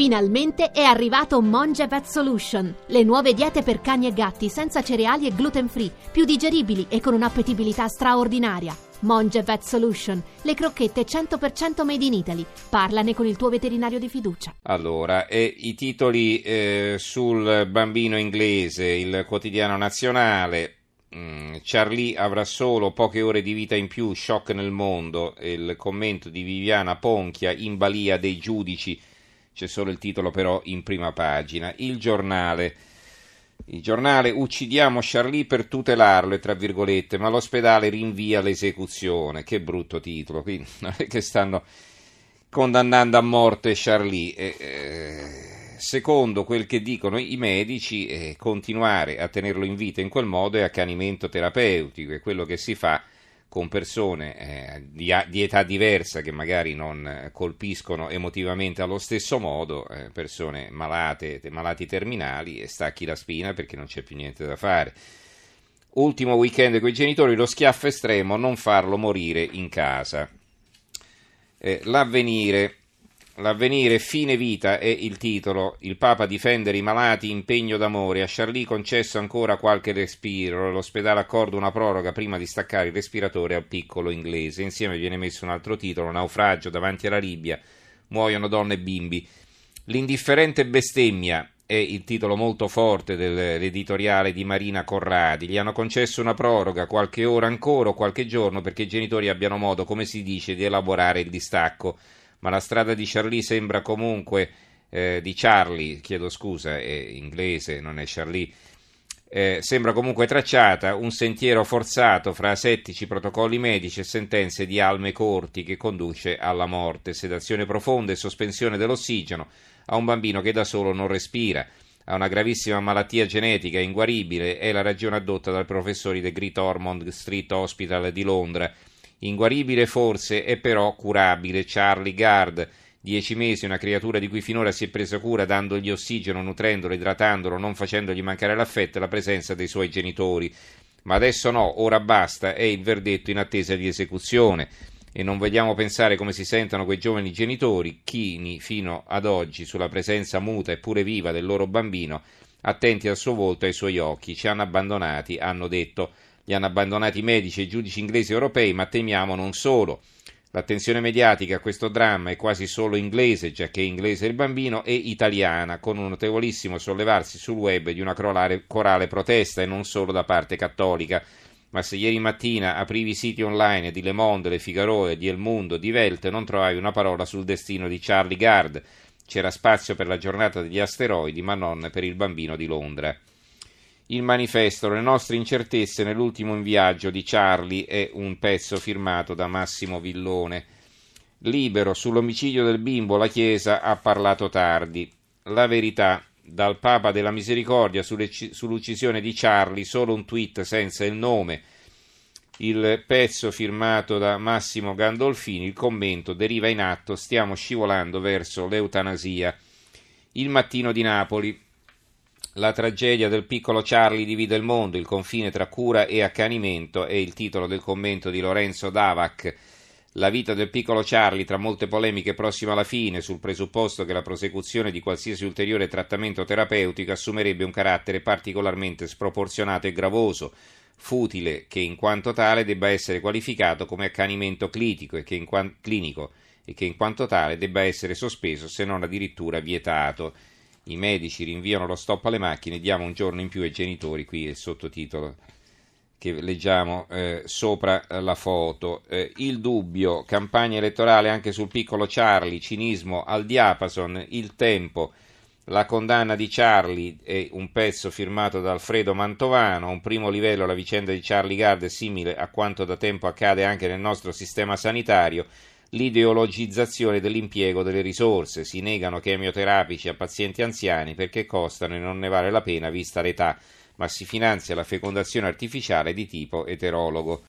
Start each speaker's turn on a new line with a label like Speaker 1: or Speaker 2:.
Speaker 1: Finalmente è arrivato Monge Vet Solution, le nuove diete per cani e gatti senza cereali e gluten free, più digeribili e con un'appetibilità straordinaria. Monge Vet Solution, le crocchette 100% made in Italy. Parlane con il tuo veterinario di fiducia.
Speaker 2: Allora, i titoli sul bambino inglese, il quotidiano nazionale. Charlie avrà solo poche ore di vita in più, shock nel mondo. Il commento di Viviana Ponchia, in balia dei giudici. C'è solo il titolo però in prima pagina. Il giornale, uccidiamo Charlie per tutelarlo, tra virgolette, ma l'ospedale rinvia l'esecuzione. Che brutto titolo, quindi non è che stanno condannando a morte Charlie. Secondo quel che dicono i medici, continuare a tenerlo in vita in quel modo è accanimento terapeutico, è quello che si fa con persone di età diversa che magari non colpiscono emotivamente allo stesso modo, persone malati terminali, e stacchi la spina perché non c'è più niente da fare. Ultimo weekend con i genitori, lo schiaffo estremo, non farlo morire in casa. L'avvenire, fine vita è il titolo. Il Papa difendere i malati, impegno d'amore. A Charlie concesso ancora qualche respiro. L'ospedale accorda una proroga prima di staccare il respiratore al piccolo inglese. Insieme viene messo un altro titolo: naufragio davanti alla Libia, muoiono donne e bimbi. L'indifferente bestemmia è il titolo molto forte dell'editoriale di Marina Corradi. Gli hanno concesso una proroga, qualche ora ancora o qualche giorno, perché i genitori abbiano modo, come si dice, di elaborare il distacco. Ma la strada di Charlie sembra comunque, di Charlie, chiedo scusa, è inglese, non è Charlie, sembra comunque tracciata, un sentiero forzato fra asettici protocolli medici e sentenze di alme corti che conduce alla morte, sedazione profonda e sospensione dell'ossigeno a un bambino che da solo non respira, ha una gravissima malattia genetica inguaribile, è la ragione addotta dai professori del Great Ormond Street Hospital di Londra. Inguaribile forse, è però curabile. Charlie Gard, 10 mesi, una creatura di cui finora si è presa cura dandogli ossigeno, nutrendolo, idratandolo, non facendogli mancare l'affetto e la presenza dei suoi genitori. Ma adesso no, ora basta, è il verdetto in attesa di esecuzione. E non vogliamo pensare come si sentono quei giovani genitori, chini fino ad oggi sulla presenza muta e pure viva del loro bambino, attenti al suo volto e ai suoi occhi. Ci hanno abbandonati, hanno detto. Li hanno abbandonati i medici e i giudici inglesi e europei, ma temiamo non solo. L'attenzione mediatica a questo dramma è quasi solo inglese, giacché inglese il bambino, e italiana, con un notevolissimo sollevarsi sul web di una corale protesta, e non solo da parte cattolica. Ma se ieri mattina aprivi i siti online di Le Monde, Le Figaro, di El Mundo, di Welt, non trovavi una parola sul destino di Charlie Gard. C'era spazio per la giornata degli asteroidi, ma non per il bambino di Londra. Il manifesto, le nostre incertezze nell'ultimo inviaggio di Charlie, è un pezzo firmato da Massimo Villone. Libero, sull'omicidio del bimbo la Chiesa ha parlato tardi. La verità, dal Papa della Misericordia sull'uccisione di Charlie, solo un tweet senza il nome. Il pezzo firmato da Massimo Gandolfini, il commento: deriva in atto, stiamo scivolando verso l'eutanasia. Il Mattino di Napoli. La tragedia del piccolo Charlie divide il mondo, il confine tra cura e accanimento è il titolo del commento di Lorenzo Davac. La vita del piccolo Charlie, tra molte polemiche, prossima alla fine, sul presupposto che la prosecuzione di qualsiasi ulteriore trattamento terapeutico assumerebbe un carattere particolarmente sproporzionato e gravoso, futile, che in quanto tale debba essere qualificato come accanimento clinico e che in quanto tale debba essere sospeso, se non addirittura vietato. I medici rinviano lo stop alle macchine, diamo un giorno in più ai genitori, qui è il sottotitolo che leggiamo sopra la foto. Il dubbio, campagna elettorale anche sul piccolo Charlie, cinismo al diapason. Il Tempo, la condanna di Charlie è un pezzo firmato da Alfredo Mantovano. A un primo livello la vicenda di Charlie Gard è simile a quanto da tempo accade anche nel nostro sistema sanitario. L'ideologizzazione dell'impiego delle risorse, si negano chemioterapici a pazienti anziani perché costano e non ne vale la pena vista l'età, ma si finanzia la fecondazione artificiale di tipo eterologo.